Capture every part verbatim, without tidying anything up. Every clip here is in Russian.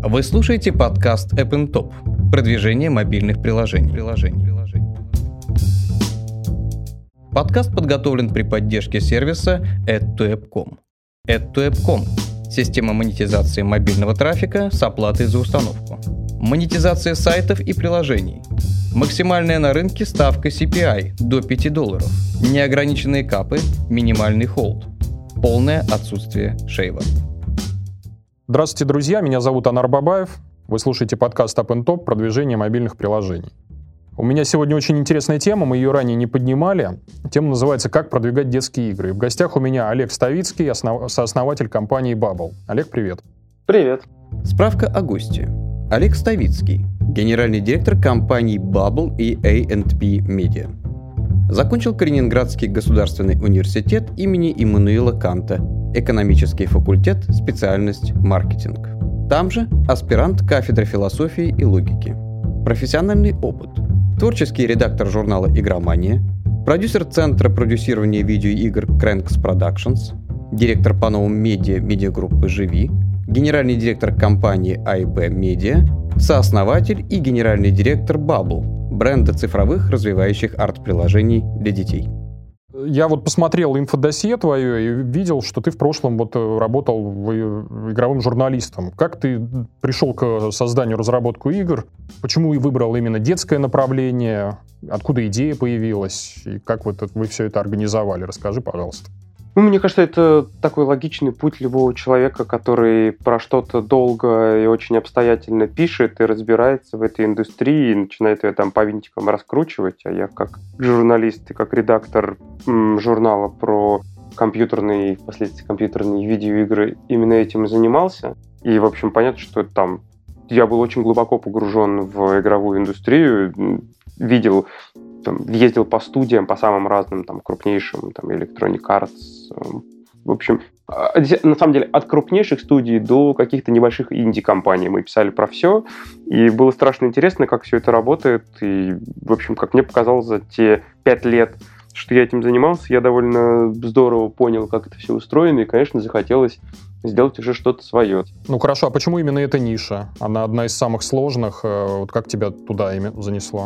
Вы слушаете подкаст App энд Top. Продвижение мобильных приложений. приложений. Подкаст подготовлен при поддержке сервиса эд ту эп точка ком. эд ту эп точка ком – система монетизации мобильного трафика с оплатой за установку. Монетизация сайтов и приложений. Максимальная на рынке ставка си пи ай до пяти долларов. Неограниченные капы, минимальный холд. Полное отсутствие шейва. Здравствуйте, друзья, меня зовут Анар Бабаев. Вы слушаете подкаст App энд Top «Продвижение мобильных приложений». У меня сегодня очень интересная тема, мы ее ранее не поднимали. Тема называется «Как продвигать детские игры». И в гостях у меня Олег Ставицкий, основ... сооснователь компании Bubble. Олег, привет. Привет. Справка о гости. Олег Ставицкий, генеральный директор компаний Bubble и эй энд пи Media. Закончил Калининградский государственный университет имени Иммануила Канта, экономический факультет, специальность маркетинг. Там же аспирант кафедры философии и логики. Профессиональный опыт. Творческий редактор журнала «Игромания», продюсер Центра продюсирования видеоигр Cranks Productions, директор по новым медиа медиагруппы «Живи», генеральный директор компании ай би Media, сооснователь и генеральный директор Bubble, бренда цифровых развивающих арт-приложений для детей. Я вот посмотрел инфодосье твое и видел, что ты в прошлом вот работал в игровым журналистом. Как ты пришел к созданию, разработку игр? Почему и выбрал именно детское направление? Откуда идея появилась? И как вот вы все это организовали? Расскажи, пожалуйста. Ну, мне кажется, это такой логичный путь любого человека, который про что-то долго и очень обстоятельно пишет и разбирается в этой индустрии, и начинает ее там по винтикам раскручивать. А я как журналист и как редактор м, журнала про компьютерные и впоследствии компьютерные видеоигры именно этим и занимался. И, в общем, понятно, что там я был очень глубоко погружен в игровую индустрию, видел... Там, ездил по студиям, по самым разным, там, крупнейшим, там, Electronic Arts. В общем, на самом деле, от крупнейших студий до каких-то небольших инди-компаний мы писали про все, и было страшно интересно, как все это работает, и, в общем, как мне показалось, за те пять лет, что я этим занимался, я довольно здорово понял, как это все устроено, и, конечно, захотелось сделать уже что-то свое. Ну, хорошо, а почему именно эта ниша? Она одна из самых сложных, вот как тебя туда занесло?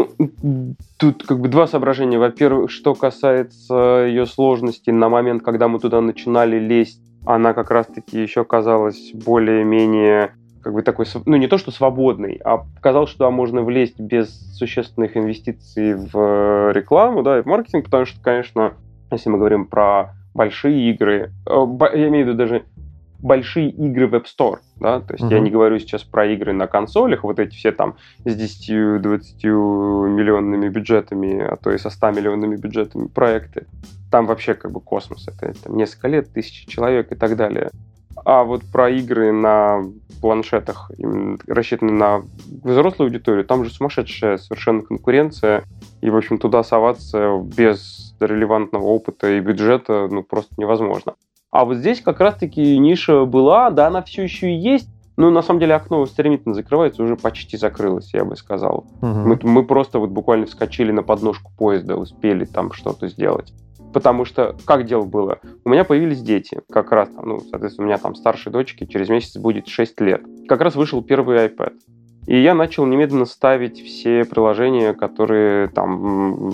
Ну, тут как бы два соображения. Во-первых, что касается ее сложности, на момент, когда мы туда начинали лезть, она как раз-таки еще казалась более-менее как бы такой, ну не то что свободной, а казалось, что туда можно влезть без существенных инвестиций в рекламу, да, и в маркетинг, потому что, конечно, если мы говорим про большие игры, я имею в виду даже большие игры в App Store, да, то есть uh-huh. я не говорю сейчас про игры на консолях, вот эти все там с десятью-двадцатью миллионными бюджетами, а то и со ста миллионными бюджетами проекты. Там вообще как бы космос, это, это несколько лет, тысячи человек и так далее. А вот про игры на планшетах, рассчитанные на взрослую аудиторию, там же сумасшедшая совершенно конкуренция, и, в общем, туда соваться без релевантного опыта и бюджета, ну, просто невозможно. А вот здесь как раз-таки ниша была, да, она все еще и есть, но на самом деле окно стремительно закрывается, уже почти закрылось, я бы сказал. Угу. Мы, мы просто вот буквально вскочили на подножку поезда, успели там что-то сделать. Потому что, как дело было? У меня появились дети, как раз, ну, соответственно, у меня там старшей дочке через месяц будет шесть лет. Как раз вышел первый iPad. И я начал немедленно ставить все приложения, которые там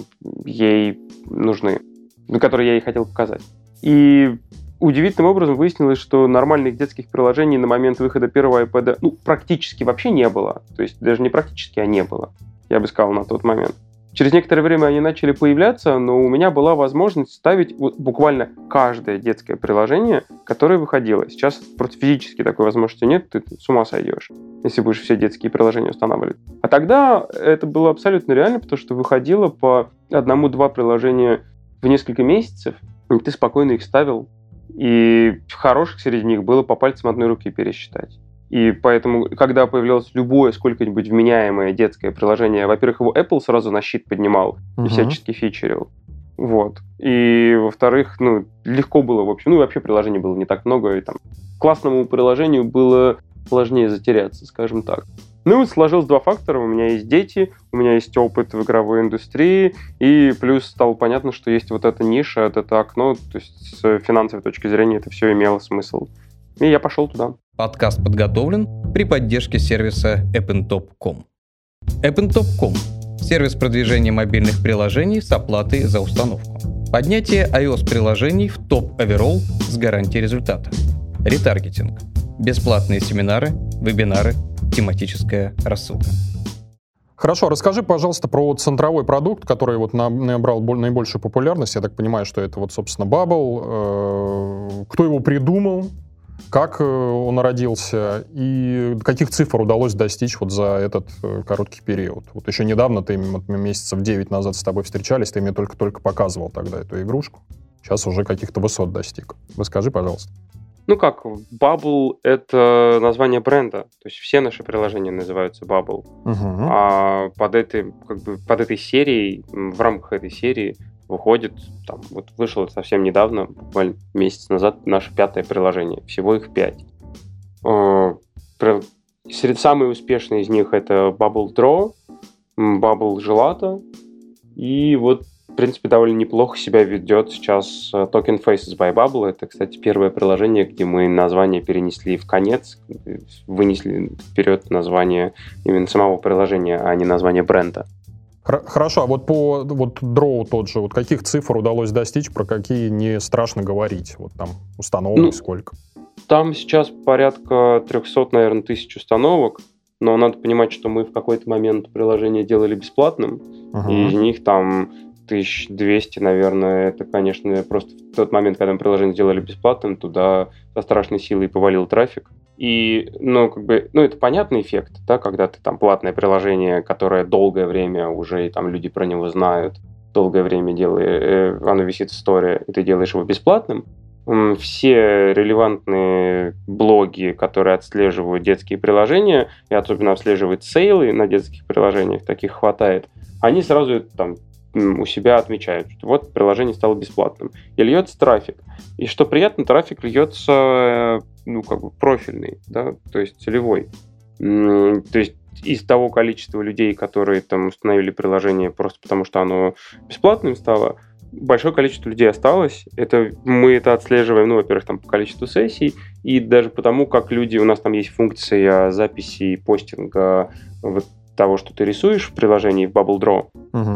ей нужны, которые я ей хотел показать. И удивительным образом выяснилось, что нормальных детских приложений на момент выхода первого iPad ну, практически вообще не было. То есть даже не практически, а не было, я бы сказал, на тот момент. Через некоторое время они начали появляться, но у меня была возможность ставить вот буквально каждое детское приложение, которое выходило. Сейчас просто физически такой возможности нет, ты с ума сойдешь, если будешь все детские приложения устанавливать. А тогда это было абсолютно реально, потому что выходило по одному-два приложения в несколько месяцев, и ты спокойно их ставил. И хороших среди них было по пальцам одной руки пересчитать. И поэтому, когда появлялось любое сколько-нибудь вменяемое детское приложение, во-первых, его Apple сразу на щит поднимал uh-huh. и всячески фичерил. Вот. И, во-вторых, ну, легко было, в общем, ну, вообще приложений было не так много, и там классному приложению было сложнее затеряться, скажем так. Ну, сложилось два фактора. У меня есть дети, у меня есть опыт в игровой индустрии, и плюс стало понятно, что есть вот эта ниша, вот это окно, то есть с финансовой точки зрения это все имело смысл. И я пошел туда. Подкаст подготовлен при поддержке сервиса appntop точка ком. appntop точка ком – сервис продвижения мобильных приложений с оплатой за установку. Поднятие iOS-приложений в топ-оверолл с гарантией результата. Ретаргетинг. Бесплатные семинары, вебинары, тематическая рассылка. Хорошо, расскажи, пожалуйста, про центровой продукт, который вот набрал наибольшую популярность. Я так понимаю, что это вот, собственно, Bubble. Кто его придумал, как он родился и каких цифр удалось достичь вот за этот короткий период? Вот еще недавно, ты месяцев девять назад с тобой встречались, ты мне только-только показывал тогда эту игрушку. Сейчас уже каких-то высот достиг. Расскажи, пожалуйста. Ну как, Bubble — это название бренда, то есть все наши приложения называются Bubble. Uh-huh. А под этой, как бы, под этой серией, в рамках этой серии выходит, там, вот вышло совсем недавно, буквально месяц назад, наше пятое приложение, всего их пять. Среди самых успешных из них это Bubble Draw, Bubble Gelato, и вот в принципе, довольно неплохо себя ведет сейчас Token Faces by Bubble. Это, кстати, первое приложение, где мы название перенесли в конец, вынесли вперед название именно самого приложения, а не название бренда. Хорошо, а вот по вот Draw тот же, вот каких цифр удалось достичь, про какие не страшно говорить? Вот там установок ну, сколько? Там сейчас порядка триста, наверное, тысяч установок, но надо понимать, что мы в какой-то момент приложение делали бесплатным, uh-huh. и из них там тысяча двести, наверное, это, конечно, просто в тот момент, когда мы приложение сделали бесплатным, туда со страшной силой повалил трафик. И, ну, как бы, ну, это понятный эффект, да, когда ты там платное приложение, которое долгое время уже, и там люди про него знают, долгое время делает, оно висит в сторе, и ты делаешь его бесплатным. Все релевантные блоги, которые отслеживают детские приложения, и особенно отслеживают сейлы на детских приложениях, таких хватает, они сразу там у себя отмечают, что вот приложение стало бесплатным. И льется трафик. И что приятно, трафик льется, ну, как бы профильный, да, то есть целевой. То есть из того количества людей, которые там установили приложение просто потому, что оно бесплатным стало, большое количество людей осталось. Это, мы это отслеживаем, ну, во-первых, там по количеству сессий, и даже потому, как люди, у нас там есть функция записи и постинга вот того, что ты рисуешь в приложении в Bubble Draw.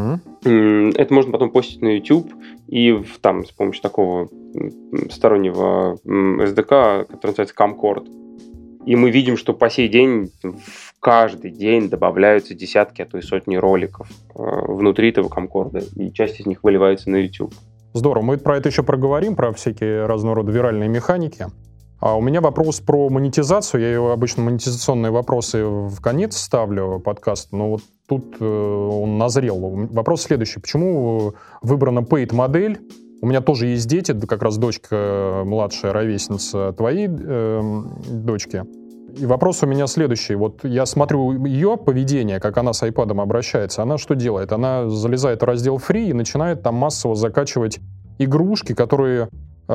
Uh-huh. Это можно потом постить на YouTube и в, там с помощью такого стороннего эс ди кей, который называется Camcord. И мы видим, что по сей день каждый день добавляются десятки, а то и сотни роликов внутри этого Camcord, и часть из них выливается на YouTube. Здорово. Мы про это еще проговорим, про всякие разного рода виральные механики. А у меня вопрос про монетизацию. Я ее обычно монетизационные вопросы в конец ставлю подкаста, но вот тут э, он назрел. Вопрос следующий. Почему выбрана paid-модель? У меня тоже есть дети, как раз дочка младшая, ровесница твоей э, дочки. И вопрос у меня следующий. Вот я смотрю ее поведение, как она с iPad'ом обращается. Она что делает? Она залезает в раздел Free и начинает там массово закачивать игрушки, которые...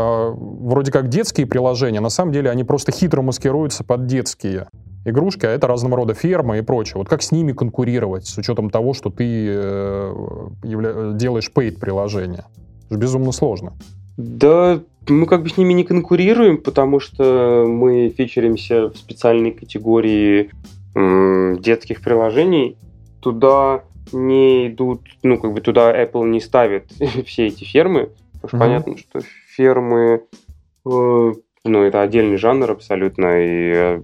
вроде как детские приложения, на самом деле они просто хитро маскируются под детские игрушки, а это разного рода фермы и прочее. Вот как с ними конкурировать, с учетом того, что ты э, явля... делаешь paid-приложение? Это же безумно сложно. Да, мы как бы с ними не конкурируем, потому что мы фичеримся в специальной категории м- детских приложений. Туда не идут, ну как бы туда Apple не ставит все эти фермы, потому что mm-hmm. понятно, что фермы, э, ну, это отдельный жанр абсолютно, и э,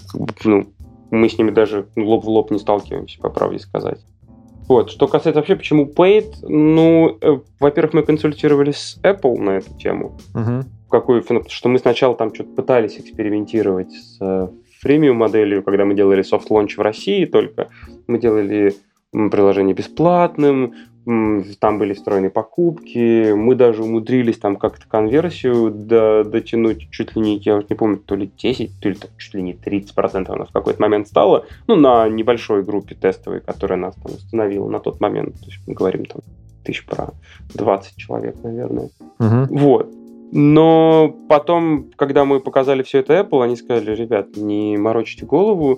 ну, мы с ними даже лоб в лоб не сталкиваемся, по правде сказать. Вот, что касается вообще, почему paid, ну, э, во-первых, мы консультировались с Apple на эту тему, uh-huh. какую, потому что мы сначала там что-то пытались экспериментировать с э, фримиум-моделью, когда мы делали софт-лонч в России только, мы делали м, приложение бесплатным, там были встроены покупки, мы даже умудрились там как-то конверсию до, дотянуть чуть ли не, я уже не помню, то ли десять, то ли чуть ли не тридцать процентов она в какой-то момент стала, ну, на небольшой группе тестовой, которая нас там установила на тот момент, то есть мы говорим там тысяч про двадцать человек, наверное. Uh-huh. Вот. Но потом, когда мы показали все это Apple, они сказали: ребят, не морочите голову,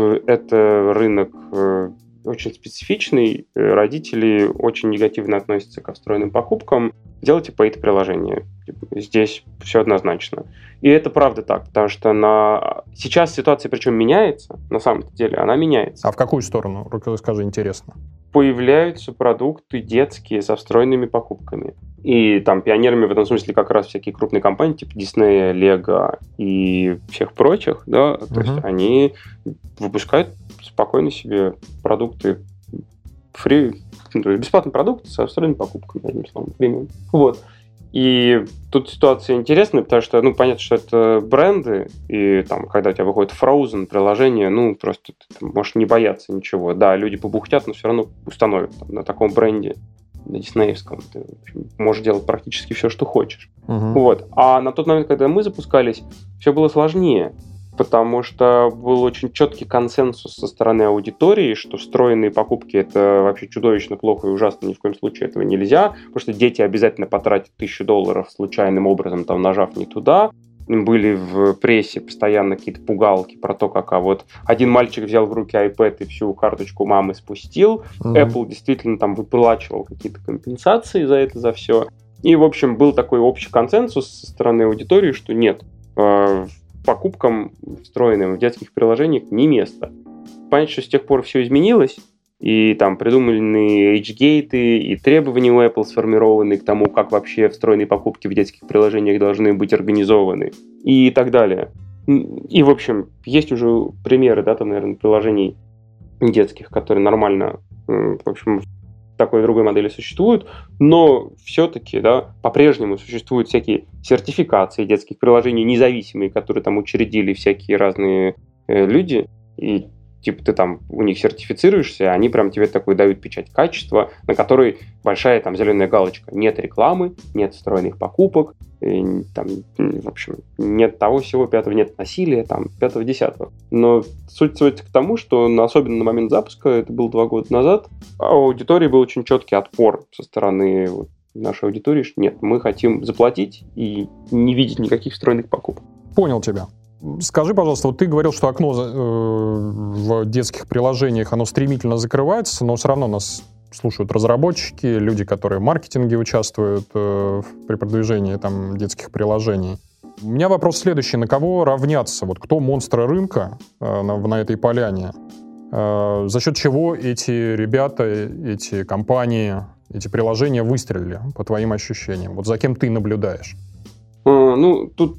это рынок очень специфичный, родители очень негативно относятся ко встроенным покупкам. делайте paid-приложение. Здесь все однозначно. И это правда так, потому что на... сейчас ситуация причем меняется, на самом деле она меняется. А в какую сторону? Расскажи, интересно. Появляются продукты детские со встроенными покупками. И там пионерами в этом смысле как раз всякие крупные компании, типа Disney, Lego и всех прочих, да, то uh-huh. есть они выпускают спокойно себе продукты free, ну, бесплатный продукт со встроенными покупками, одним словом, премиум. Вот. И тут ситуация интересная, потому что, ну, понятно, что это бренды, и там, когда у тебя выходит Frozen приложение, ну, просто ты можешь не бояться ничего. Да, люди побухтят, но все равно установят там, на таком бренде, на диснеевском. Ты, в общем, можешь делать практически все, что хочешь. Uh-huh. Вот. А на тот момент, когда мы запускались, все было сложнее, потому что был очень четкий консенсус со стороны аудитории, что встроенные покупки — это вообще чудовищно плохо и ужасно, ни в коем случае этого нельзя, потому что дети обязательно потратят тысячу долларов случайным образом, там, нажав не туда. Были в прессе постоянно какие-то пугалки про то, как а вот один мальчик взял в руки iPad и всю карточку мамы спустил. Mm-hmm. Apple действительно там выплачивал какие-то компенсации за это, за все. И, в общем, был такой общий консенсус со стороны аудитории, что нет, э, покупкам, встроенным в детских приложениях, не место. Понятно, что с тех пор все изменилось, и там придуманы эйдж-гейты, и требования у Apple сформированы к тому, как вообще встроенные покупки в детских приложениях должны быть организованы, и так далее. И, в общем, есть уже примеры, да, там, наверное, приложений детских, которые нормально, в общем, в такой другой модели существуют, но все-таки, да, по-прежнему существуют всякие сертификации детских приложений независимые, которые там учредили всякие разные э, люди, и типа ты там у них сертифицируешься, они прям тебе такой дают печать качества, на которой большая там зеленая галочка. Нет рекламы, нет встроенных покупок, и, там, в общем, нет того всего, пятого, нет насилия, там, пятого, десятого. Но суть сводится к тому, что особенно на момент запуска, это было два года назад, у аудитории был очень четкий отпор со стороны вот, нашей аудитории, что нет, мы хотим заплатить и не видеть никаких встроенных покупок. Понял тебя. Скажи, пожалуйста, вот ты говорил, что окно э, в детских приложениях, оно стремительно закрывается, но все равно нас слушают разработчики, люди, которые в маркетинге участвуют э, при продвижении там, детских приложений. У меня вопрос следующий. На кого равняться? Вот кто монстры рынка э, на, на этой поляне? Э, за счет чего эти ребята, эти компании, эти приложения выстрелили, по твоим ощущениям? Вот за кем ты наблюдаешь? А, ну, тут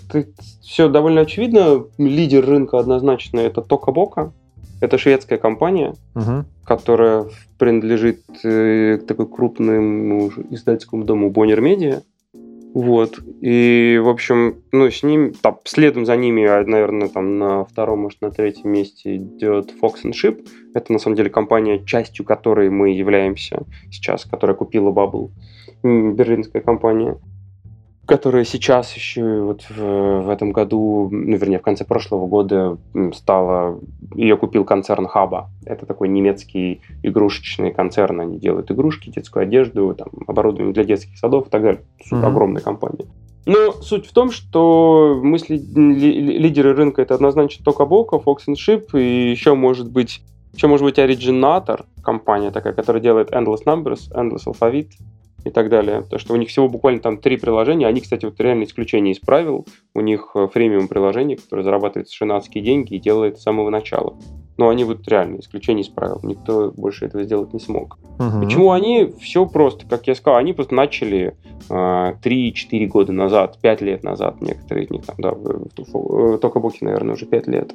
все довольно очевидно. Лидер рынка однозначно это Toca-Boca. Это шведская компания, uh-huh. которая принадлежит э, к такой крупному издательскому дому Bonnier Media. Вот. И, в общем, ну, с ним, там, следом за ними, наверное, там на втором, может, на третьем месте идет Fox and Ship. Это, на самом деле, компания, частью которой мы являемся сейчас, которая купила Bubble. Берлинская компания, которая сейчас еще вот в, в этом году, ну, вернее, в конце прошлого года стала... Ее купил концерн Хаба. Это такой немецкий игрушечный концерн. Они делают игрушки, детскую одежду, там, оборудование для детских садов и так далее. Супер огромная mm-hmm. компания. Но суть в том, что мысли ли, лидеры рынка это однозначно Toca-Boca, Fox and Ship, и еще может быть, еще может быть Originator, компания такая, которая делает Endless Numbers, Endless Alphabet и так далее. Потому что у них всего буквально там три приложения. Они, кстати, вот реально исключение из правил. У них фримиум приложение, которое зарабатывает совершенно адские деньги и делает с самого начала. Но они вот реально исключение из правил. Никто больше этого сделать не смог. Uh-huh. Почему они? Все просто. Как я сказал, они просто начали э, три-четыре года назад, пять лет назад, некоторые из них там, да, в, в, в Toca-Boca, наверное, уже пять лет.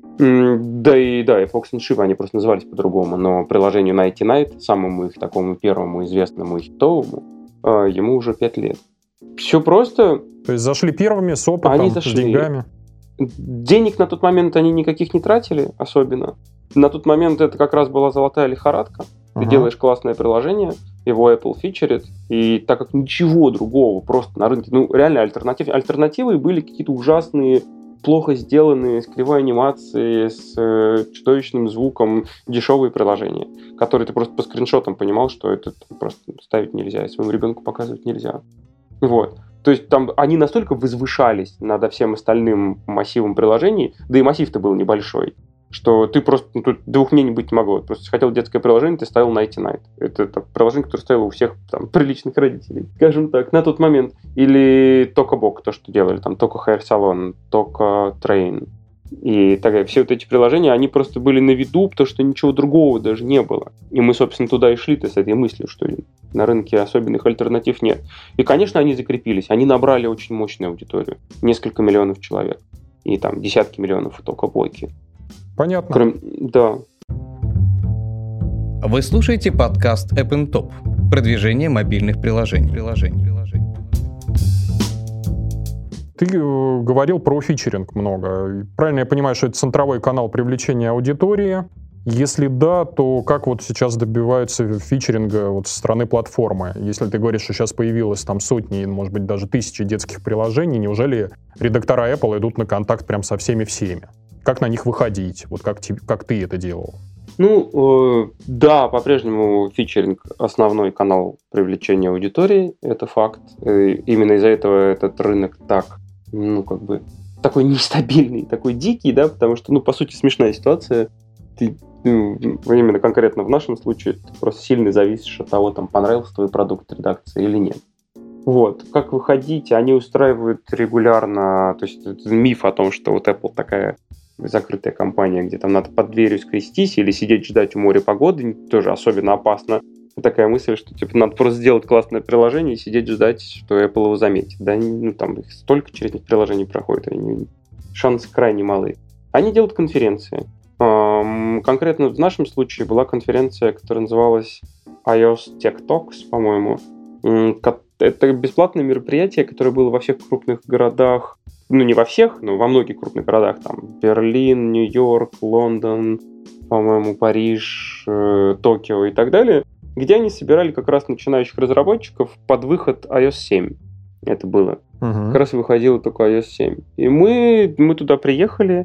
Да и да, и Fox and Ship, они просто назывались по-другому, но приложению Nighty Night, самому их такому первому известному и хитовому, ему уже пять лет. Все просто. То есть зашли первыми с опытом, они с деньгами? Денег на тот момент они никаких не тратили особенно. На тот момент это как раз была золотая лихорадка. Ты uh-huh. делаешь классное приложение, его Apple фичерит, и так как ничего другого просто на рынке, ну реально альтернатив, альтернативы были какие-то ужасные, плохо сделанные, с кривой анимацией, с э, чудовищным звуком дешевые приложения, которые ты просто по скриншотам понимал, что это просто ставить нельзя, и своему ребенку показывать нельзя. Вот. То есть там они настолько возвышались над всем остальным массивом приложений, да и массив-то был небольшой, что ты просто, ну, тут двух мнений быть не могло. Ты просто хотел детское приложение, ты ставил Nighty Night. Это, это приложение, которое стоило у всех там приличных родителей, скажем так, на тот момент. Или Tokabok, то, что делали, там Toka Hair Salon, Toka Train. И так далее. Все вот эти приложения, они просто были на виду, потому что ничего другого даже не было. И мы, собственно, туда и шли-то с этой мыслью, что на рынке особенных альтернатив нет. И, конечно, они закрепились. Они набрали очень мощную аудиторию. Несколько миллионов человек. И там десятки миллионов у Tokabok. Понятно. Кроме... Да. Вы слушаете подкаст App and Top. Продвижение мобильных приложений. приложений. Ты э, говорил про фичеринг много. Правильно я понимаю, что это центровой канал привлечения аудитории? Если да, то как вот сейчас добиваются фичеринга вот со стороны платформы? Если ты говоришь, что сейчас появилось там сотни, может быть, даже тысячи детских приложений, неужели редактора Apple идут на контакт прям со всеми-всеми? Как на них выходить? Вот как, ти, как ты это делал? Ну, э, да, по-прежнему фичеринг — основной канал привлечения аудитории, это факт. И именно из-за этого этот рынок так, ну, как бы, такой нестабильный, такой дикий, да, потому что, ну, по сути, смешная ситуация. Ты, ну, именно конкретно в нашем случае, ты просто сильно зависишь от того, там, понравился твой продукт редакции или нет. Вот. Как выходить? Они устраивают регулярно, то есть это миф о том, что вот Apple такая закрытая компания, где там надо под дверью скрестись или сидеть ждать у моря погоды, тоже особенно опасно. Такая мысль, что типа надо просто сделать классное приложение и сидеть ждать, что Apple его заметит. Да, ну там их столько через них приложений проходит, они, шансы крайне малы. Они делают конференции. Эм, конкретно в нашем случае была конференция, которая называлась iOS Tech Talks, по-моему. Это бесплатное мероприятие, которое было во всех крупных городах. Ну, не во всех, но во многих крупных городах. Там Берлин, Нью-Йорк, Лондон, по-моему, Париж, э, Токио и так далее, где они собирали как раз начинающих разработчиков под выход iOS семь. Это было. Uh-huh. Как раз выходило только iOS семь. И мы, мы туда приехали,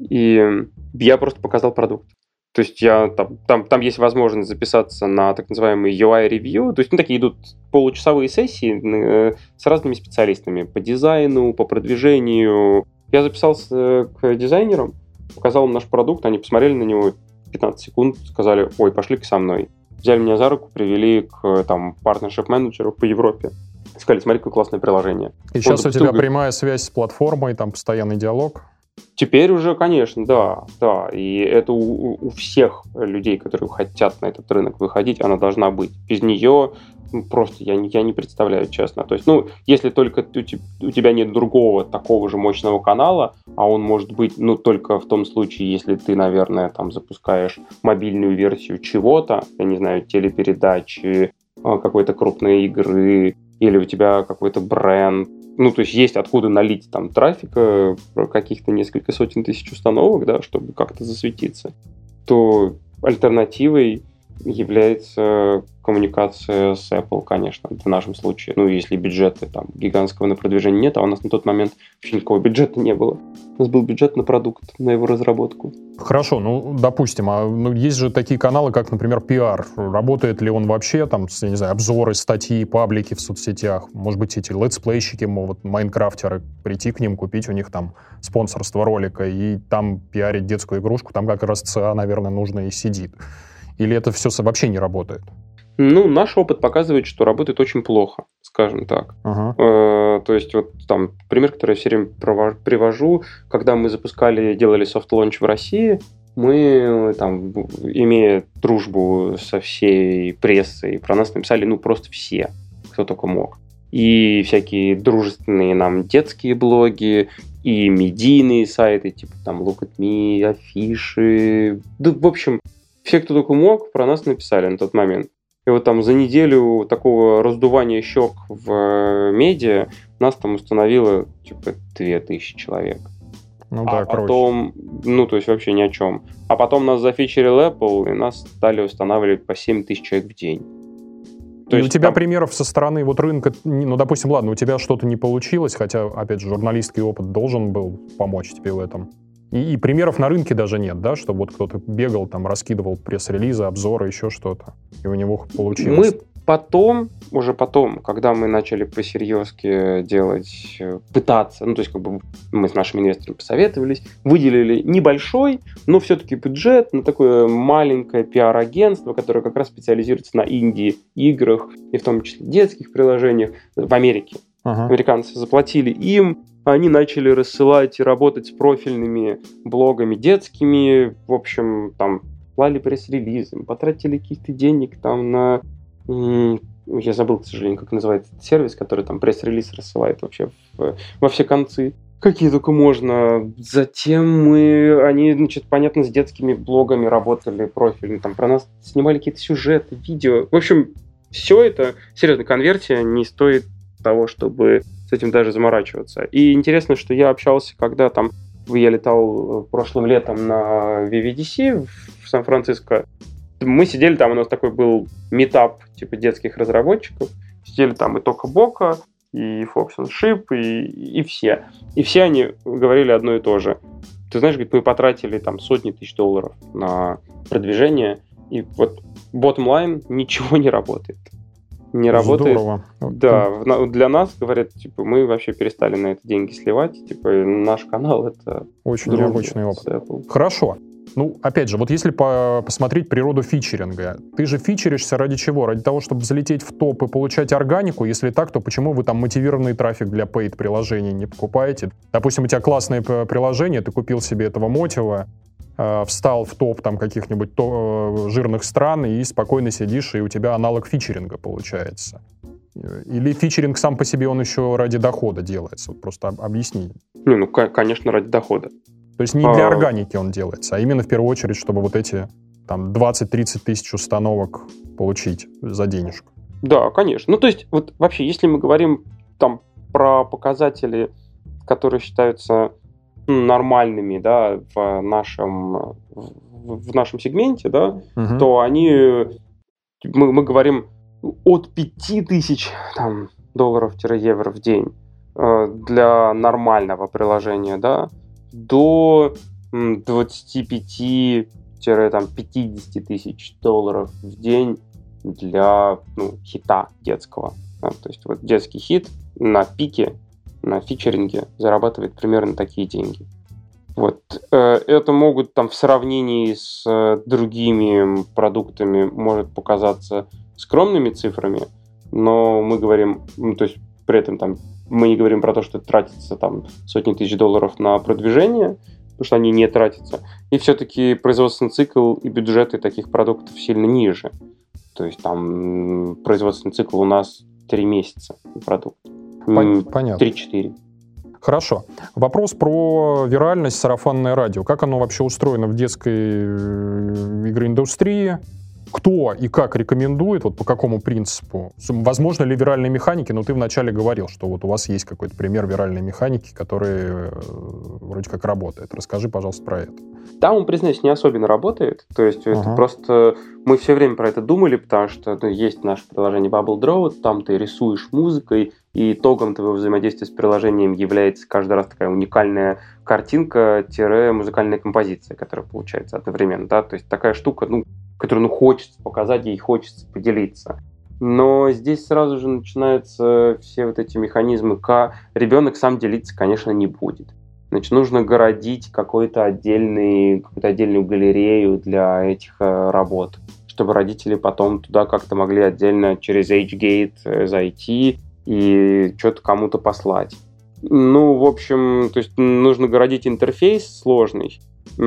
и я просто показал продукт. То есть я, там, там, там есть возможность записаться на так называемый ю ай-ревью. То есть ну, такие идут получасовые сессии э, с разными специалистами по дизайну, по продвижению. Я записался к дизайнерам, показал им наш продукт, они посмотрели на него пятнадцать секунд, сказали: ой, пошли-ка со мной. Взяли меня за руку, привели к там, партнершип-менеджеру по Европе. Сказали: смотри, какое классное приложение. И сейчас у тебя прямая связь с платформой, там постоянный диалог? Теперь уже, конечно, да, да. И это у, у всех людей, которые хотят на этот рынок выходить, она должна быть. Без нее просто я не, я не представляю, честно. То есть, ну, если только у, у тебя нет другого такого же мощного канала, а он может быть, ну, только в том случае, если ты, наверное, там запускаешь мобильную версию чего-то, я не знаю, телепередачи, какой-то крупной игры, или у тебя какой-то бренд. Ну, то есть есть откуда налить там трафика, каких-то несколько сотен тысяч установок, да, чтобы как-то засветиться, то альтернативой является коммуникация с Apple, конечно, в нашем случае. Ну, если бюджета там гигантского на продвижение нет, а у нас на тот момент вообще никакого бюджета не было. У нас был бюджет на продукт, на его разработку. Хорошо, ну, допустим, а ну, есть же такие каналы, как, например, пи ар. Работает ли он вообще, там, я не знаю, обзоры, статьи, паблики в соцсетях? Может быть, эти летсплейщики, вот, майнкрафтеры, прийти к ним, купить у них там спонсорство ролика и там пиарить детскую игрушку, там как раз ЦА, наверное, нужно и сидит. Или это все вообще не работает? Ну, наш опыт показывает, что работает очень плохо, скажем так. Uh-huh. Э, то есть, вот там пример, который я все время привожу, когда мы запускали, делали софт-лонч в России, мы, там, имея дружбу со всей прессой, про нас написали, ну, просто все, кто только мог. И всякие дружественные нам детские блоги, и медийные сайты, типа там Look at Me, афиши, да, в общем, все, кто только мог, про нас написали на тот момент. И вот там за неделю такого раздувания щек в медиа нас там установило типа две тысячи человек. Ну да, а потом, ну то есть вообще ни о чем. А потом нас зафичерил Apple, и нас стали устанавливать по семь тысяч человек в день. То и есть у тебя там... примеров со стороны вот рынка, ну допустим, ладно, у тебя что-то не получилось, хотя, опять же, журналистский опыт должен был помочь тебе в этом. И, и примеров на рынке даже нет, да, чтобы вот кто-то бегал, там, раскидывал пресс-релизы, обзоры, еще что-то, и у него получилось. Мы потом, уже потом, когда мы начали по-серьезки делать, пытаться, ну, то есть, как бы мы с нашими инвесторами посоветовались, выделили небольшой, но все-таки бюджет на такое маленькое пиар-агентство, которое как раз специализируется на инди-играх, и в том числе детских приложениях в Америке. Uh-huh. Американцы заплатили им, они начали рассылать и работать с профильными блогами детскими, в общем, там, клали пресс-релизы, потратили каких-то денег там на... Я забыл, к сожалению, как называется этот сервис, который там пресс-релиз рассылает вообще в, во все концы. Какие только можно. Затем мы, они, значит, понятно, с детскими блогами работали профильно, там про нас снимали какие-то сюжеты, видео. В общем, все это, серьезно, конверсия не стоит того, чтобы с этим даже заморачиваться. И интересно, что я общался, когда там я летал прошлым летом на ви ви ди си в Сан-Франциско. Мы сидели там, у нас такой был митап типа детских разработчиков. Сидели там и Тока Бока, и Fox and Ship, и, и все. И все они говорили одно и то же. Ты знаешь, говорит, мы потратили там сотни тысяч долларов на продвижение, и вот bottom line ничего не работает. Не работает. Здорово. Да, для нас, говорят, типа, мы вообще перестали на это деньги сливать. Типа, наш канал — это... Очень необычный опыт. Хорошо. Ну, опять же, вот если по- посмотреть природу фичеринга, ты же фичеришься ради чего? Ради того, чтобы залететь в топ и получать органику? Если так, то почему вы там мотивированный трафик для paid-приложений не покупаете? Допустим, у тебя классное приложение, ты купил себе этого мотива, э, встал в топ там каких-нибудь то, э, жирных стран и спокойно сидишь, и у тебя аналог фичеринга получается. Или фичеринг сам по себе, он еще ради дохода делается? Вот просто объясни. Не, ну, конечно, ради дохода. То есть не для органики он делается, а именно в первую очередь, чтобы вот эти там двадцать-тридцать тысяч установок получить за денежку. Да, конечно. Ну, то есть, вот вообще, если мы говорим там про показатели, которые считаются нормальными, да, в нашем, в, в нашем сегменте, да, угу. то они, мы, мы говорим от пяти тысяч там, долларов-евро в день э, для нормального приложения, да, до двадцати пяти - пятидесяти тысяч долларов в день для ну, хита детского. Да, то есть вот детский хит на пике, на фичеринге зарабатывает примерно такие деньги. Вот. Это могут там в сравнении с другими продуктами может показаться скромными цифрами, но мы говорим, ну, то есть при этом там мы не говорим про то, что тратится там сотни тысяч долларов на продвижение, потому что они не тратятся. И все-таки производственный цикл и бюджеты таких продуктов сильно ниже. То есть там производственный цикл у нас три месяца продукт. Понятно. три-четыре. Хорошо. Вопрос про виральность, сарафанное радио. Как оно вообще устроено в детской игроиндустрии? Кто и как рекомендует, вот по какому принципу? Возможно ли виральные механики? Но ты вначале говорил, что вот у вас есть какой-то пример виральной механики, который вроде как работает. Расскажи, пожалуйста, про это. Там, он, признаюсь, не особенно работает. То есть uh-huh. это просто... Мы все время про это думали, потому что ну, есть наше приложение Bubble Draw, там ты рисуешь музыкой, и итогом твоего взаимодействия с приложением является каждый раз такая уникальная картинка-музыкальная композиция, которая получается одновременно. Да? То есть такая штука, ну, которую ну, хочется показать, ей хочется поделиться. Но здесь сразу же начинаются все вот эти механизмы. Ребенок сам делиться, конечно, не будет. Значит, нужно городить какой-то отдельный, какую-то отдельную галерею для этих э, работ, чтобы родители потом туда как-то могли отдельно через H-Gate э, зайти и что-то кому-то послать. Ну, в общем, то есть нужно городить интерфейс сложный,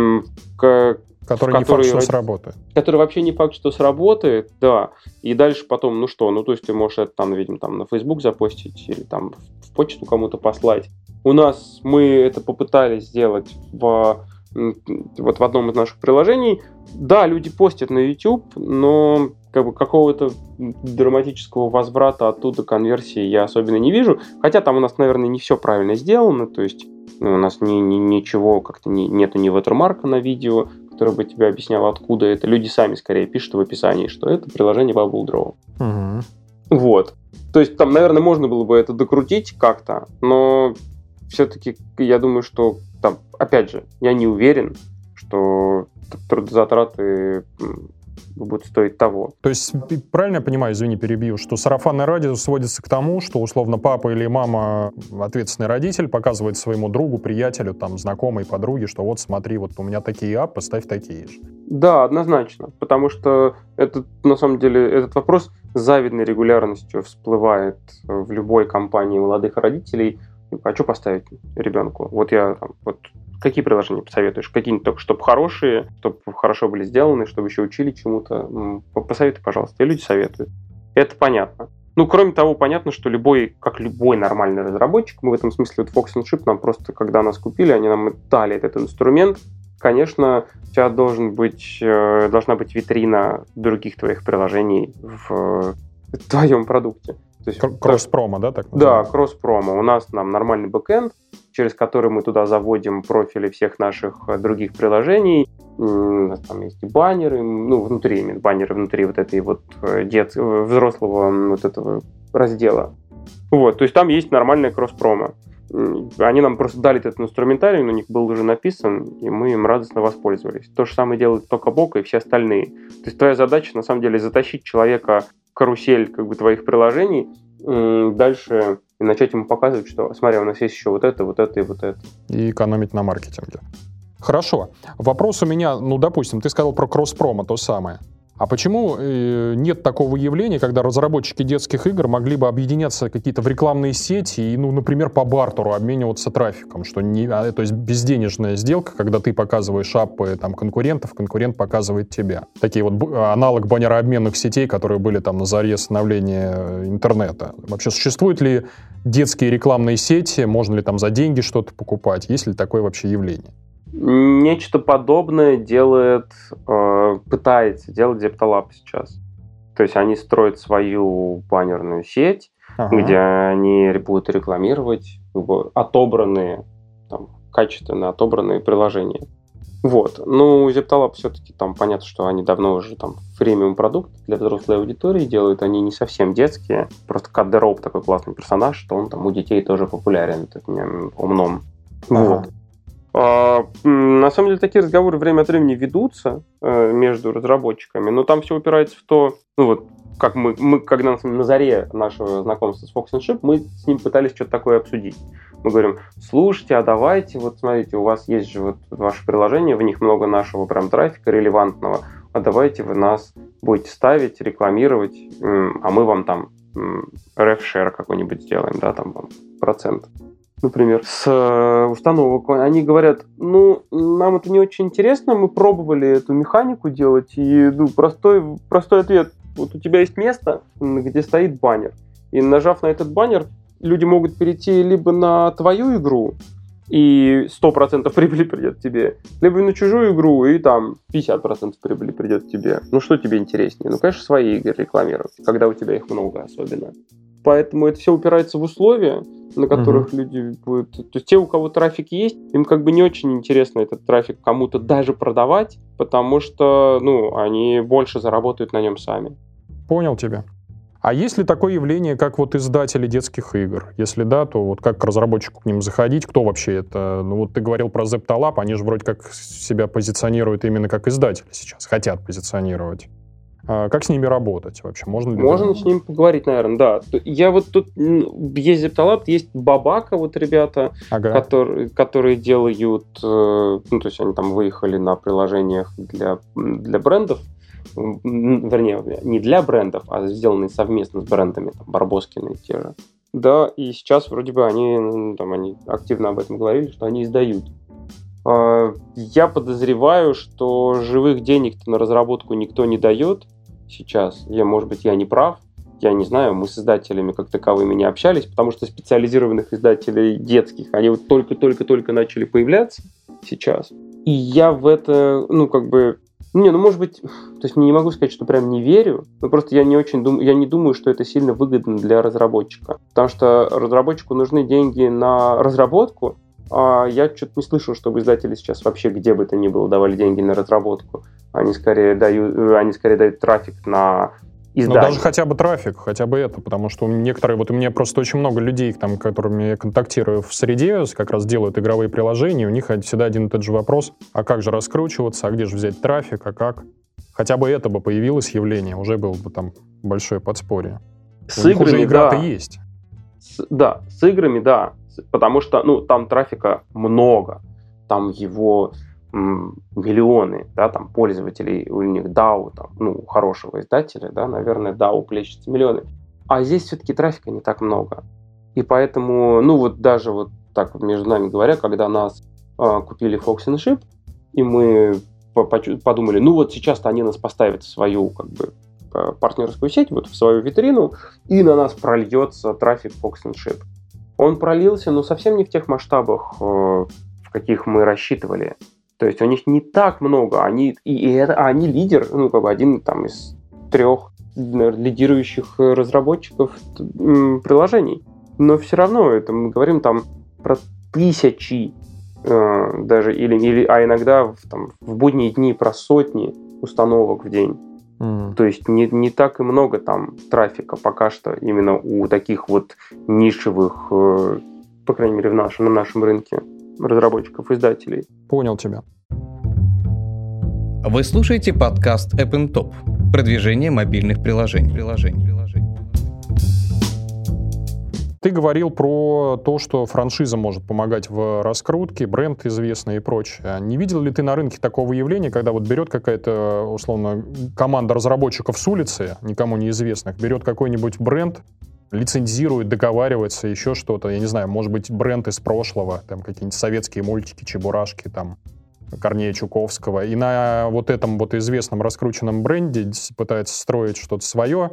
к, который не факт, что сработает. Который вообще не факт, что сработает, да. И дальше потом, ну что, ну то есть ты можешь это там, видимо, там на Facebook запостить или там в почту кому-то послать. У нас мы это попытались сделать в, вот в одном из наших приложений. Да, люди постят на YouTube, но как бы какого-то драматического возврата оттуда конверсии я особенно не вижу. Хотя там у нас, наверное, не все правильно сделано. То есть ну, у нас ни, ни, ничего как-то не, нету ни ватермарка на видео, который бы тебе объяснял, откуда это. Люди сами скорее пишут в описании, что это приложение Bubble Draw. Угу. Вот. То есть там, наверное, можно было бы это докрутить как-то, но все-таки я думаю, что там, опять же, я не уверен, что трудозатраты будет стоить того. То есть, правильно я понимаю, извини, перебью, что сарафанное радио сводится к тому, что, условно, папа или мама, ответственный родитель, показывает своему другу, приятелю, там, знакомой, подруге, что вот смотри, вот у меня такие аппы, ставь такие же. Да, однозначно, потому что этот, на самом деле, этот вопрос с завидной регулярностью всплывает в любой компании молодых родителей. А что поставить ребенку? Вот я там, вот какие приложения посоветуешь? Какие-нибудь только, чтобы хорошие, чтобы хорошо были сделаны, чтобы еще учили чему-то? Посоветуй, пожалуйста. И люди советуют. Это понятно. Ну, кроме того, понятно, что любой, как любой нормальный разработчик, мы в этом смысле, вот Fox энд Ship нам просто, когда нас купили, они нам дали этот инструмент. Конечно, у тебя должен быть, должна быть витрина других твоих приложений в твоем продукте. Кросс-промо, да? Так да, кросс-промо. У нас там нормальный бэкэнд, через который мы туда заводим профили всех наших других приложений. У нас там есть и баннеры, ну, внутри, баннеры внутри вот этой вот дет... взрослого вот этого раздела. Вот, то есть там есть нормальная кросс-промо. Они нам просто дали этот инструментарий, но у них был уже написан, и мы им радостно воспользовались. То же самое делают Toca Boca и все остальные. То есть твоя задача, на самом деле, затащить человека в карусель как бы твоих приложений, дальше и начать ему показывать, что, смотри, у нас есть еще вот это, вот это и вот это. И экономить на маркетинге. Хорошо. Вопрос у меня, ну, допустим, ты сказал про кросс-промо, то самое. А почему э, нет такого явления, когда разработчики детских игр могли бы объединяться какие-то в рекламные сети и, ну, например, по бартеру обмениваться трафиком, что не, а, то есть безденежная сделка, когда ты показываешь аппы там, конкурентов, конкурент показывает тебя. Такие вот б- аналог баннерообменных сетей, которые были там на заре становления интернета. Вообще существуют ли детские рекламные сети, можно ли там за деньги что-то покупать, есть ли такое вообще явление? Нечто подобное делает, э, пытается делать Zeptalab сейчас. То есть они строят свою баннерную сеть, ага. где они будут рекламировать отобранные, там, качественно отобранные приложения. Вот. Ну, Zeptalab все-таки там понятно, что они давно уже там премиум продукт для взрослой аудитории делают, они не совсем детские. Просто Каддероп такой классный персонаж, что он там у детей тоже популярен, таким умном. Ага. Вот. А, на самом деле такие разговоры время от времени ведутся э, между разработчиками, но там все упирается в то, ну вот, как мы, мы когда на заре нашего знакомства с Fox энд Ship, мы с ним пытались что-то такое обсудить. Мы говорим, слушайте, а давайте, вот смотрите, у вас есть же вот ваше приложение, в них много нашего прям трафика релевантного, а давайте вы нас будете ставить, рекламировать, а мы вам там реф-шер какой-нибудь сделаем, да, там процент. Например, с установок, они говорят, ну, нам это не очень интересно, мы пробовали эту механику делать, и ну, простой, простой ответ, вот у тебя есть место, где стоит баннер, и нажав на этот баннер, люди могут перейти либо на твою игру, и сто процентов прибыли придет тебе, либо на чужую игру, и там пятьдесят процентов прибыли придет тебе. Ну, что тебе интереснее? Ну, конечно, свои игры рекламировать, когда у тебя их много особенно. Поэтому это все упирается в условия, на которых uh-huh. люди будут... То есть те, у кого трафик есть, им как бы не очень интересно этот трафик кому-то даже продавать, потому что, ну, они больше заработают на нем сами. Понял тебя. А есть ли такое явление, как вот издатели детских игр? Если да, то вот как к разработчику к ним заходить? Кто вообще это? Ну вот ты говорил про Zeptalab, они же вроде как себя позиционируют именно как издатели сейчас, хотят позиционировать. Как с ними работать вообще? Можно ли... Можно с ними поговорить, наверное, да. Я вот тут... Есть Zeptalab, есть Бабака, вот ребята, ага. которые, которые делают... Ну, то есть они там выехали на приложениях для, для брендов. Вернее, не для брендов, а сделанные совместно с брендами, там, Барбоскины те же. Да, и сейчас вроде бы они, там, они активно об этом говорили, что они издают. Я подозреваю, что живых денег-то на разработку никто не дает сейчас. Я, может быть, я не прав. Я не знаю, мы с издателями как таковыми не общались, потому что специализированных издателей детских, они вот только-только-только начали появляться сейчас. И я в это, ну, как бы... Не, ну, может быть, то есть не могу сказать, что прям не верю, но просто я не очень думаю, я не думаю, что это сильно выгодно для разработчика. Потому что разработчику нужны деньги на разработку, а я что-то не слышал, чтобы издатели сейчас вообще где бы то ни было давали деньги на разработку. Они скорее дают, они скорее дают трафик на издание. Ну, даже хотя бы трафик, хотя бы это, потому что некоторые, вот у меня просто очень много людей, там, которыми я контактирую в среде, как раз делают игровые приложения, у них всегда один и тот же вопрос, а как же раскручиваться, а где же взять трафик, а как? хотя бы это бы появилось явление, уже было бы там большое подспорье. С У них играми, уже игра-то да. есть. С, да, с играми, да. Потому что, ну, там трафика много. Там его м, миллионы, да, там пользователей, у них дао, там, ну, у хорошего издателя, да, наверное, дао плещется миллионы. А здесь все-таки трафика не так много. И поэтому, ну, вот даже вот так вот между нами говоря, когда нас э, купили Fox and Ship, и мы подумали, ну, вот сейчас-то они нас поставят в свою, как бы, партнерскую сеть, вот в свою витрину, и на нас прольется трафик Fox and Ship. Он пролился, но совсем не в тех масштабах, э, в каких мы рассчитывали. То есть у них не так много, они, и, и это, а они лидер, ну, как бы один там из трех лидирующих разработчиков м, приложений. Но все равно это мы говорим там про тысячи, э, даже, или, или, а иногда в, там, в будние дни про сотни установок в день. Mm. То есть не, не так и много там трафика пока что именно у таких вот нишевых, э, по крайней мере, в нашем, на нашем рынке разработчиков, издателей. Понял тебя. Вы слушаете подкаст App and Top. Продвижение мобильных приложений. приложений. Ты говорил про то, что франшиза может помогать в раскрутке, бренд известный и прочее. Не видел ли ты на рынке такого явления, когда вот берет какая-то, условно, команда разработчиков с улицы, никому неизвестных, берет какой-нибудь бренд, лицензирует, договаривается, еще что-то, я не знаю, может быть, бренд из прошлого, там какие-нибудь советские мультики, Чебурашки, там, Корнея Чуковского, и на вот этом вот известном раскрученном бренде пытается строить что-то свое,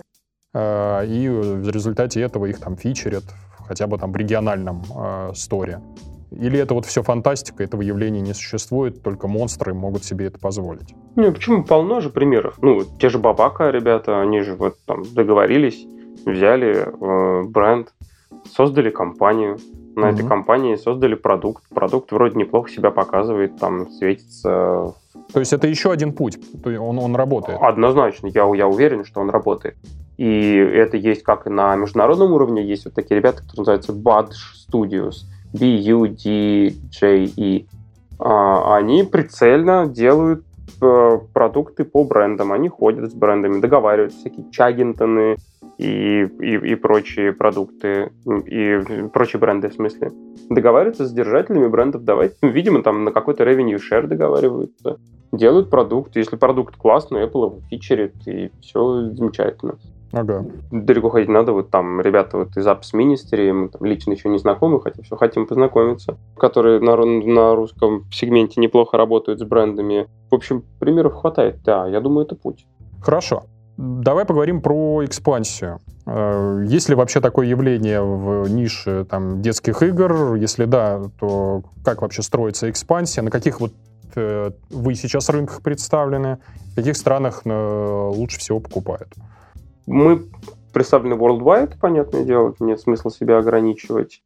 и в результате этого их там фичерят хотя бы там в региональном э, сторе. Или это вот все фантастика, этого явления не существует, только монстры могут себе это позволить? Ну, почему? Полно же примеров. Ну, те же Бабака, ребята, они же вот там договорились, взяли э, бренд, создали компанию. На mm-hmm. этой компании создали продукт. Продукт вроде неплохо себя показывает, там светится. То есть это еще один путь, он, он работает? Однозначно, я, я уверен, что он работает. И это есть как и на международном уровне, есть вот такие ребята, которые называются Budge Studios, би ю ди джей и. А, они прицельно делают э, продукты по брендам, они ходят с брендами, договариваются, всякие Чаггинтоны и, и, и прочие продукты, и прочие бренды, в смысле. Договариваются с держателями брендов, давайте, ну, видимо, там на какой-то revenue share договариваются, делают продукт, если продукт классный, Apple его фичерит, и все замечательно. Ага. Далеко ходить надо, вот там ребята вот из Apps Ministry, мы там лично еще не знакомы, хотя все хотим познакомиться, которые на, на русском сегменте неплохо работают с брендами. В общем, примеров хватает, да, я думаю, это путь. Хорошо. Давай поговорим про экспансию. Есть ли вообще такое явление в нише там, детских игр? Если да, то как вообще строится экспансия? На каких вот вы сейчас рынках представлены? В каких странах лучше всего покупают? Мы представлены worldwide, понятное дело, нет смысла себя ограничивать.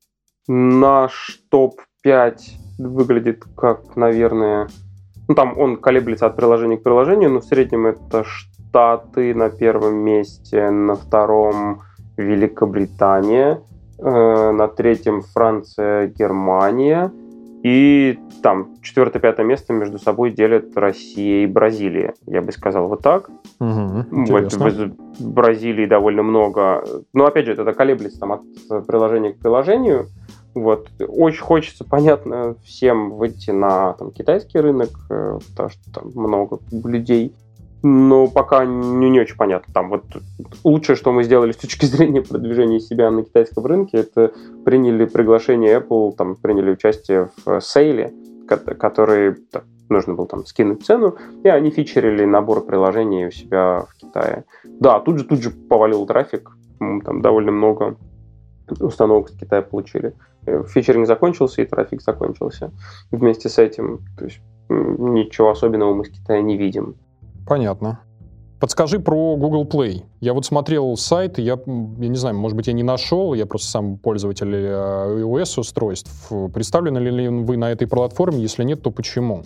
Наш топ пять выглядит как, наверное... Ну, там он колеблется от приложения к приложению, но в среднем это Штаты на первом месте, на втором Великобритания, э, на третьем Франция, Германия, и там четвертое-пятое место между собой делят Россия и Бразилия. Я бы сказал вот так. Угу, вот, в Бразилии довольно много. Но опять же, это колеблется там, от приложения к приложению. Вот. Очень хочется, понятно, всем выйти на там, китайский рынок, потому что там много людей. Но пока не, не очень понятно. Там вот лучшее, что мы сделали с точки зрения продвижения себя на китайском рынке, это приняли приглашение Apple, там, приняли участие в сейле, который там, нужно было там скинуть цену, и они фичерили набор приложений у себя в Китае. Да, тут же, тут же повалил трафик, мы там довольно много установок с Китая получили. Фичеринг закончился, и трафик закончился вместе с этим. То есть ничего особенного мы с Китая не видим. Понятно. Подскажи про Google Play. Я вот смотрел сайт, я, я не знаю, может быть, я не нашел, я просто сам пользователь iOS-устройств. Представлены ли вы на этой платформе? Если нет, то почему?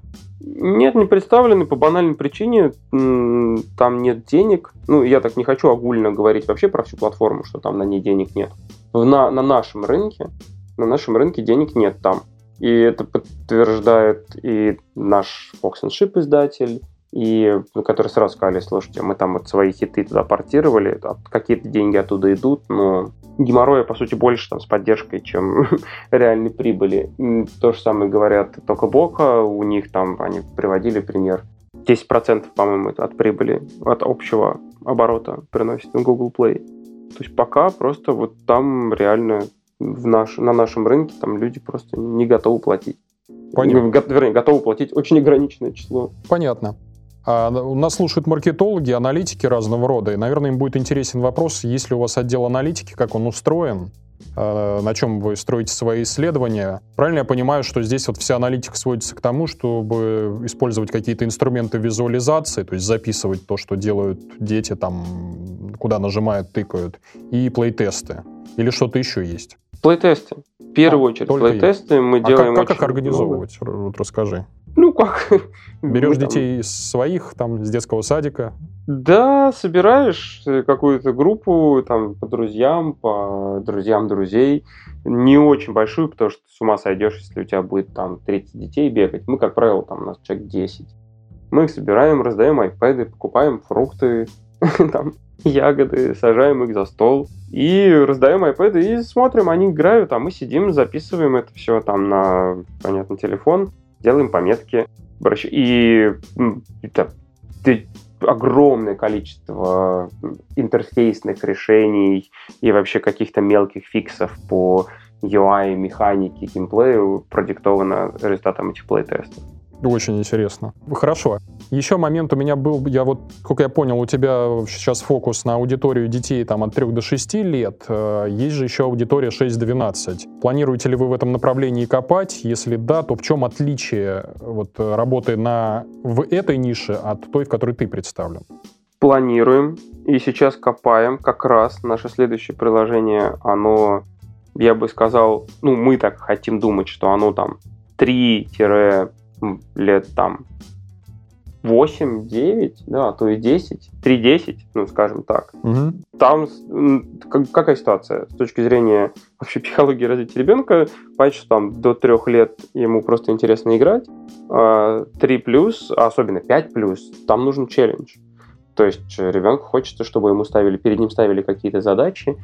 Нет, не представлены по банальной причине. Там нет денег. Ну, я так не хочу огульно говорить вообще про всю платформу, что там на ней денег нет. На, на нашем рынке, на нашем рынке денег нет там. И это подтверждает и наш Fox and Ship издатель, и ну, которые сразу сказали, слушайте, мы там вот свои хиты туда портировали, какие-то деньги оттуда идут, но геморроя, по сути, больше там с поддержкой, чем реальной прибыли. То же самое говорят Tokaboka, у них там, они приводили пример, десять процентов, по-моему, от прибыли, от общего оборота приносит им Google Play. То есть пока просто вот там реально в наш, на нашем рынке там люди просто не готовы платить. Понятно. Вернее, готовы платить очень ограниченное число. Понятно. А у нас слушают маркетологи, аналитики разного рода, и, наверное, им будет интересен вопрос, есть ли у вас отдел аналитики, как он устроен, на чем вы строите свои исследования. Правильно я понимаю, что здесь вот вся аналитика сводится к тому, чтобы использовать какие-то инструменты визуализации, то есть записывать то, что делают дети, там, куда нажимают, тыкают, и плей-тесты? Или что-то еще есть? Плей-тесты. В первую а, очередь плей-тесты мы а делаем. Как, как их организовывать? Много. Вот расскажи. Ну, как? Берешь детей там... своих, там, с детского садика? Да, собираешь какую-то группу, там, по друзьям, по друзьям друзей. Не очень большую, потому что с ума сойдешь, если у тебя будет там тридцать детей бегать. Мы, как правило, там у нас человек десять. Мы их собираем, раздаем айпэды, покупаем фрукты, там, ягоды, сажаем их за стол и раздаем айпэды и смотрим, они играют, а мы сидим, записываем это все там на, понятно, телефон, делаем пометки. И это, это огромное количество интерфейсных решений и вообще каких-то мелких фиксов по ю ай, механике, геймплею продиктовано результатом этих плей-тестов. Очень интересно. Хорошо. Еще момент у меня был, я вот, как я понял, у тебя сейчас фокус на аудиторию детей там, от трёх до шести лет. Есть же еще аудитория шесть-двенадцать. Планируете ли вы в этом направлении копать? Если да, то в чем отличие вот, работы на, в этой нише от той, в которой ты представлен? Планируем. И сейчас копаем. Как раз наше следующее приложение, оно, я бы сказал, ну, мы так хотим думать, что оно там три лет там восемь-девять, да, а то и десять, три-десять, ну, скажем так. Угу. Там как, какая ситуация с точки зрения вообще психологии развития ребенка? Понятно, что там до трех лет ему просто интересно играть, три плюс, а особенно пять плюс, там нужен челлендж. То есть ребенку хочется, чтобы ему ставили, перед ним ставили какие-то задачи,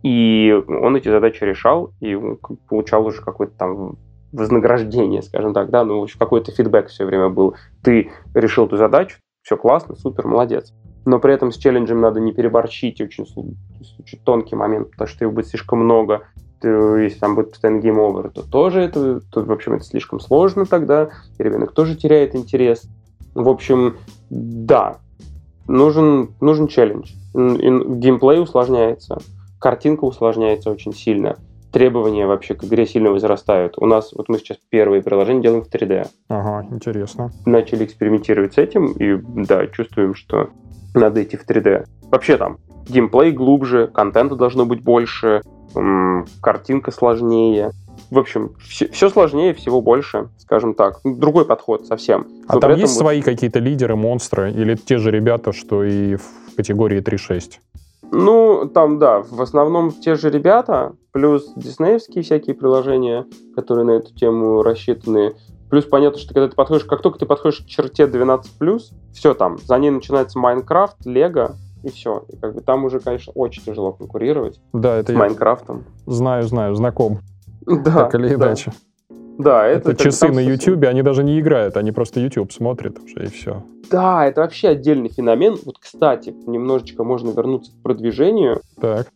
и он эти задачи решал, и получал уже какой-то там вознаграждение, скажем так, да, ну, какой-то фидбэк все время был. Ты решил эту задачу, все классно, супер, молодец. Но при этом с челленджем надо не переборщить, очень, очень тонкий момент, потому что его будет слишком много. Ты, если там будет постоянно гейм-овер, то тоже это, то, в общем, это слишком сложно тогда, и ребенок тоже теряет интерес. В общем, да, нужен, нужен челлендж. Геймплей усложняется, картинка усложняется очень сильно. Требования вообще к игре сильно возрастают. У нас, вот мы сейчас первые приложения делаем в три дэ. Ага, интересно. Начали экспериментировать с этим, и да, чувствуем, что надо идти в три дэ. Вообще там геймплей глубже, контента должно быть больше, м- картинка сложнее. В общем, все, все сложнее, всего больше, скажем так. Другой подход совсем. А Но там есть вот... свои какие-то лидеры, монстры, или те же ребята, что и в категории три шесть? Ну, там, да, в основном те же ребята, плюс диснеевские всякие приложения, которые на эту тему рассчитаны. Плюс понятно, что когда ты подходишь, как только ты подходишь к черте двенадцать плюс, все там, за ней начинается Майнкрафт, Лего, и все. И как бы там уже, конечно, очень тяжело конкурировать да, это с Майнкрафтом. Знаю, знаю, знаком. Да, так или иначе. Да, это, это часы на Ютубе, они даже не играют, они просто YouTube смотрят уже, и все. Да, это вообще отдельный феномен. Вот, кстати, немножечко можно вернуться к продвижению. Так.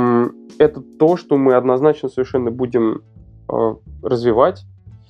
Это то, что мы однозначно совершенно будем э, развивать.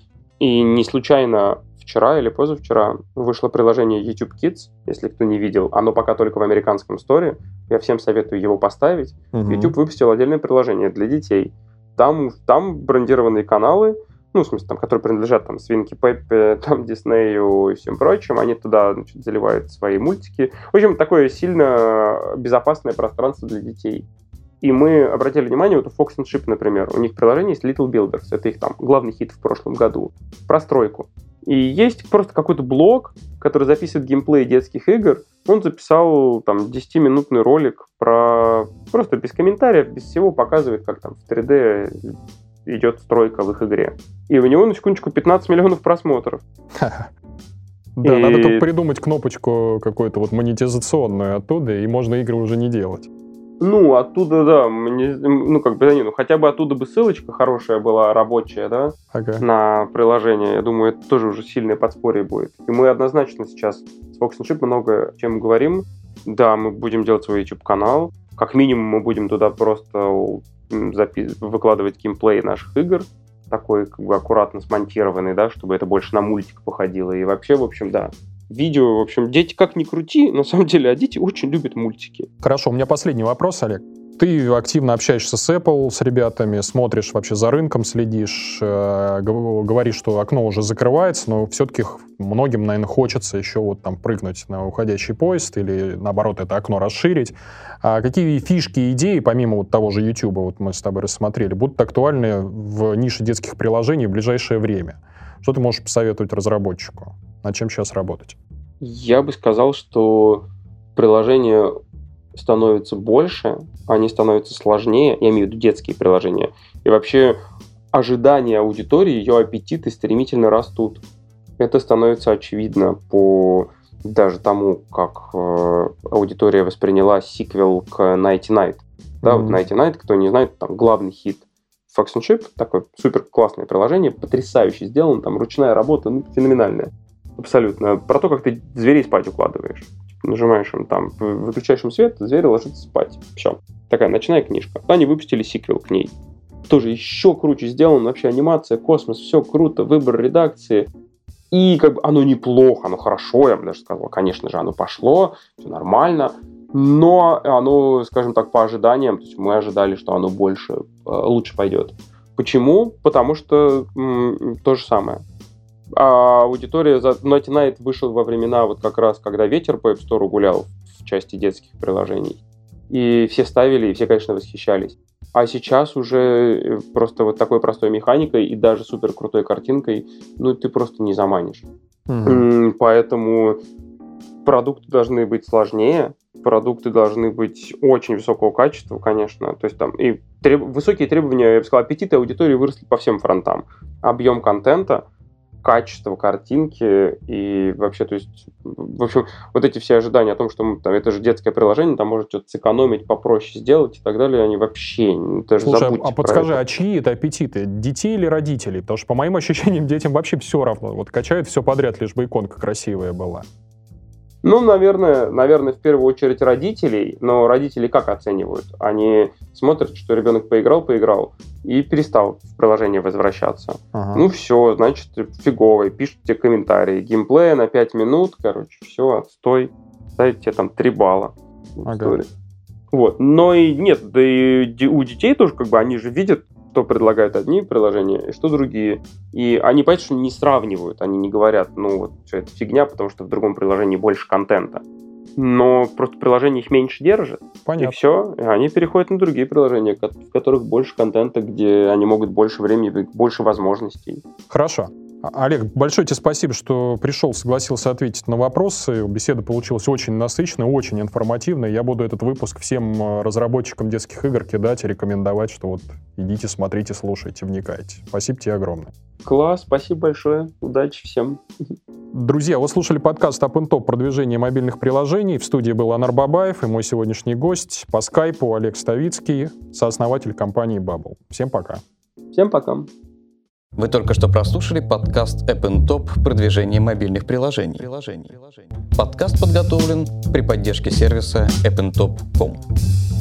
И не случайно вчера или позавчера вышло приложение YouTube Kids, если кто не видел. Оно пока только в американском сторе. Я всем советую его поставить. Угу. YouTube выпустил отдельное приложение для детей. Там, там брендированные каналы, ну, в смысле, там, которые принадлежат там Свинки Пеппе, там, Диснею и всем прочим, они туда, значит, заливают свои мультики. В общем, такое сильно безопасное пространство для детей. И мы обратили внимание, вот у Fox and Ship, например, у них приложение есть Little Builders, это их там главный хит в прошлом году, про стройку. И есть просто какой-то блог, который записывает геймплей детских игр. Он записал там десятиминутный ролик про... Просто без комментариев, без всего показывает, как там в три дэ идет стройка в их игре. И у него, на секундочку, пятнадцать миллионов просмотров. Да, и... надо только придумать кнопочку какую-то вот монетизационную оттуда, и можно игры уже не делать. Ну, оттуда, да, мне, ну, как бы, да, не, ну, хотя бы оттуда бы ссылочка хорошая была, рабочая, да, ага. на приложение. Я думаю, это тоже уже сильное подспорье будет. И мы однозначно сейчас с Fox and Chip много чем говорим. Да, мы будем делать свой YouTube-канал. Как минимум мы будем туда просто запи- выкладывать геймплей наших игр, такой, как бы, аккуратно смонтированный, да, чтобы это больше на мультик походило. И вообще, в общем, да. Видео, в общем, дети как ни крути, на самом деле, а дети очень любят мультики. Хорошо, у меня последний вопрос, Олег. Ты активно общаешься с Apple, с ребятами, смотришь вообще за рынком, следишь, э, говоришь, что окно уже закрывается, но все-таки многим, наверное, хочется еще вот там прыгнуть на уходящий поезд или, наоборот, это окно расширить. А какие фишки, идеи, помимо вот того же YouTube, вот мы с тобой рассмотрели, будут актуальны в нише детских приложений в ближайшее время? Что ты можешь посоветовать разработчику? Над чем сейчас работать? Я бы сказал, что приложения становятся больше, они становятся сложнее, я имею в виду детские приложения, и вообще ожидания аудитории, ее аппетиты стремительно растут. Это становится очевидно по даже тому, как э, аудитория восприняла сиквел к Nighty Night. Да, mm-hmm. вот Nighty Night, кто не знает, там главный хит Fox and Chip, такое супер классное приложение, потрясающе сделано, там ручная работа, ну, феноменальная. Абсолютно. Про то, как ты зверей спать укладываешь. Нажимаешь им там, выключаешь им свет, зверь ложится спать. Все. Такая ночная книжка. Они выпустили сиквел к ней. Тоже еще круче сделан. Вообще анимация, космос, все круто, выбор редакции. И как бы оно неплохо, оно хорошо, я бы даже сказал. Конечно же, оно пошло, все нормально. Но оно, скажем так, по ожиданиям, то есть мы ожидали, что оно больше, лучше пойдет. Почему? Потому что м- то же самое. А аудитория за Nighty Night вышел во времена, вот как раз, когда ветер по App Store гулял в части детских приложений. И все ставили, и все, конечно, восхищались. А сейчас уже просто вот такой простой механикой и даже супер крутой картинкой, ну, ты просто не заманишь. Mm-hmm. Поэтому продукты должны быть сложнее, продукты должны быть очень высокого качества, конечно. То есть там и треб... высокие требования, я бы сказал, аппетиты аудитории выросли по всем фронтам. Объем контента, качество картинки и вообще, то есть, в общем, вот эти все ожидания о том, что мы, там, это же детское приложение, там может что-то сэкономить, попроще сделать и так далее, они вообще даже Слушай, забудьте а подскажи, это. А чьи это аппетиты? Детей или родителей? Потому что, по моим ощущениям, детям вообще все равно. Вот качают все подряд, лишь бы иконка красивая была. Ну, наверное, наверное, в первую очередь родителей, но родители как оценивают? Они смотрят, что ребенок поиграл, поиграл и перестал в приложение возвращаться. Ага. Ну, все, значит, фиговый, пишут тебе комментарии. Геймплея на пять минут, короче, все, отстой. Ставить тебе там три балла. Ага. Вот, но и нет, да и у детей тоже, как бы, они же видят, что предлагают одни приложения, и что другие. И они, понятно, что не сравнивают, они не говорят, ну, вот, все это фигня, потому что в другом приложении больше контента. Но просто приложение их меньше держит. Понятно. И все, и они переходят на другие приложения, в которых больше контента, где они могут больше времени, больше возможностей. Хорошо. Олег, большое тебе спасибо, что пришел, согласился ответить на вопросы. Беседа получилась очень насыщенная, очень информативная. Я буду этот выпуск всем разработчикам детских игр кидать и рекомендовать, что вот идите, смотрите, слушайте, вникайте. Спасибо тебе огромное. Класс, спасибо большое. Удачи всем. Друзья, вы слушали подкаст Up and Top продвижение мобильных приложений. В студии был Анар Бабаев и мой сегодняшний гость по скайпу Олег Ставицкий, сооснователь компании Bubble. Всем пока. Всем пока. Вы только что прослушали подкаст App and Top продвижение мобильных приложений. Подкаст подготовлен при поддержке сервиса эп энд топ точка ком.